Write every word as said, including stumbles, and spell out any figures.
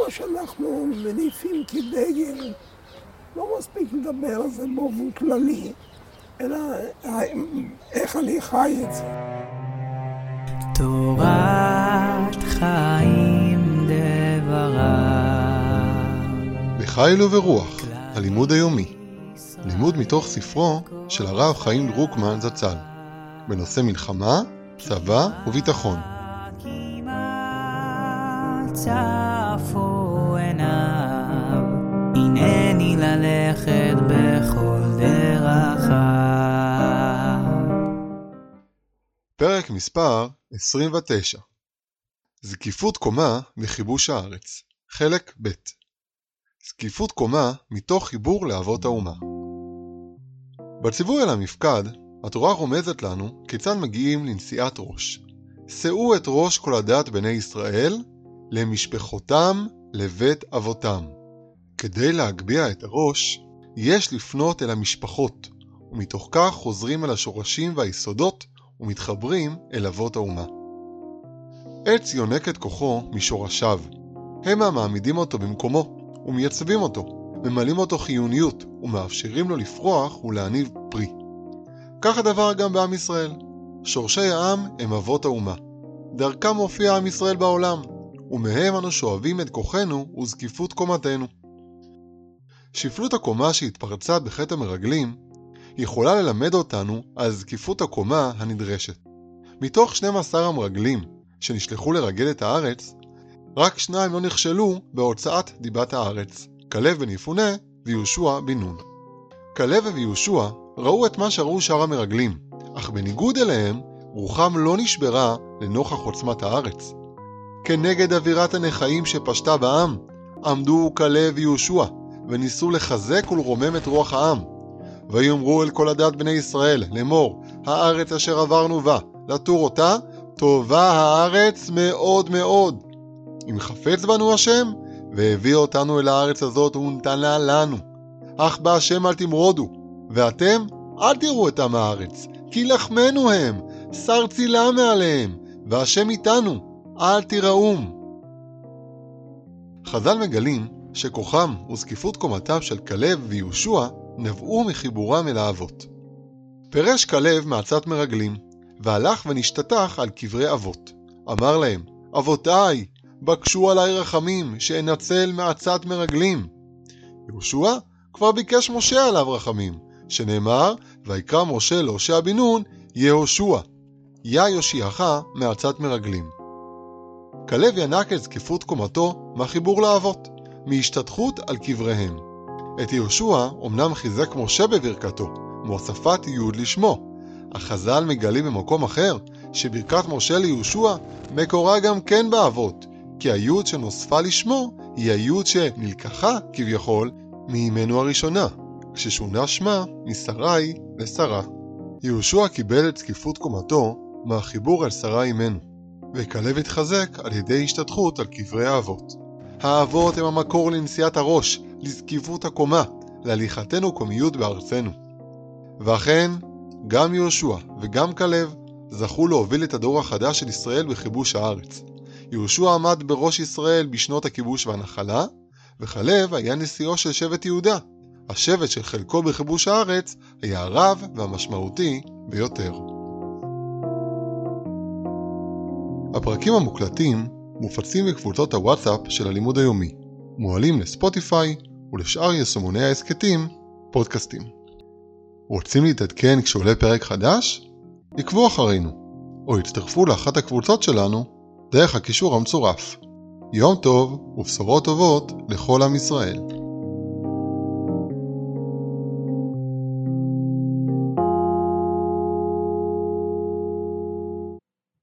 מה שאנחנו מניפים כדגל, לא מספיק לדבר על זה באופן כללי, אלא איך אני חי את זה. תורת חיים דברה. בחיל וברוח, הלימוד היומי. לימוד מתוך ספרו של הרב חיים דרוקמן זצ"ל, בנושא מלחמה, צבא וביטחון. צפו עיניו, הנני ללכת בכל דרכיו. פרק מספר עשרים ותשע. זקיפות קומה וכיבוש הארץ. חלק ב'. זקיפות קומה מתוך חיבור לאבות האומה. בציווי על המפקד, התורה רומזת לנו כיצד מגיעים לנשיאת ראש. שאו את ראש כל עדת בני ישראל למשפחותם לבית אבותם. כדי להגביה את הראש, יש לפנות אל המשפחות, ומתוך כך חוזרים אל השורשים והיסודות ומתחברים אל אבות האומה. עץ יונק את כוחו משורשיו. הם המעמידים אותו במקומו ומייצבים אותו, ממלאים אותו חיוניות ומאפשרים לו לפרוח ולהניב פרי. כך הדבר גם בעם ישראל. שורשי העם הם אבות האומה. דרכם מופיע עם ישראל בעולם, ומהם אנו שואבים את כוחנו וזקיפות קומתנו. שפלות הקומה שהתפרצה בחטא המרגלים יכולה ללמד אותנו על זקיפות הקומה הנדרשת. מתוך שנים עשר המרגלים שנשלחו לרגל את הארץ, רק שניים לא נכשלו בהוצאת דיבת הארץ, כלב בן יפונה ויהושע בן נון. כלב ויהושע ראו את מה שראו שאר המרגלים, אך בניגוד אליהם רוחם לא נשברה לנוכח עוצמת הארץ. כנגד אווירת הנחיים שפשטה בעם, עמדו כלב ויהושע וניסו לחזק ולרומם את רוח העם. ויאמרו אל כל עדת בני ישראל לאמור, הארץ אשר עברנו בה, לתור אותה, טובה הארץ מאוד מאוד. אם חפץ בנו השם, והביא אותנו אל הארץ הזאת ונתנה לנו. אך בהשם אל תמרודו, ואתם אל תראו את עם הארץ, כי לחמנו הם, שר צילה מעליהם, והשם איתנו, אל תיראום. חז"ל מגלים שכוחם וזקיפות קומתם של כלב ויהושע נבעו מחיבורם אל האבות. פרש כלב מעצת מרגלים, והלך ונשתטח על קברי אבות. אמר להם, אבותיי, בקשו עליי רחמים, שאנצל מעצת מרגלים. יהושע כבר ביקש משה עליו רחמים, שנאמר, ויקרא משה להושע בן נון, יהושע, יה יושיעך מעצת מרגלים. כלב ינק את זקיפות קומתו מהחיבור לאבות, מהשתתחות על קבריהם. את יהושע אמנם חיזק משה בברכתו, מהוספת יוד לשמו, אך חז"ל מגלים במקום אחר שברכת משה ליהושע מקורה גם כן באבות, כי היוד שנוספה לשמו היא היוד שנלקחה כביכול מאימנו הראשונה, כששונה שמה משרי לשרה. יהושע קיבל את זקיפות קומתו מהחיבור אל שרה אימנו, וכלב התחזק על ידי השתתחות על קברי האבות. האבות הם המקור לנשיאת הראש, לזקיפות הקומה, להליכתנו קומיות בארצנו. ואכן, גם יהושע וגם כלב זכו להוביל את הדור החדש של ישראל בכיבוש הארץ. יהושע עמד בראש ישראל בשנות הכיבוש והנחלה, וכלב היה נשיאו של שבט יהודה. השבט של חלקו בכיבוש הארץ היה הרב והמשמעותי ביותר. הפרקים המוקלטים מופצים בקבוצות הוואטסאפ של הלימוד היומי, מועלים לספוטיפיי ולשאר יישומוני העסקתים, פודקאסטים. רוצים להתעדכן כשעולה פרק חדש? עקבו אחרינו, או הצטרפו לאחת הקבוצות שלנו דרך הקישור המצורף. יום טוב ובשורות טובות לכל עם ישראל.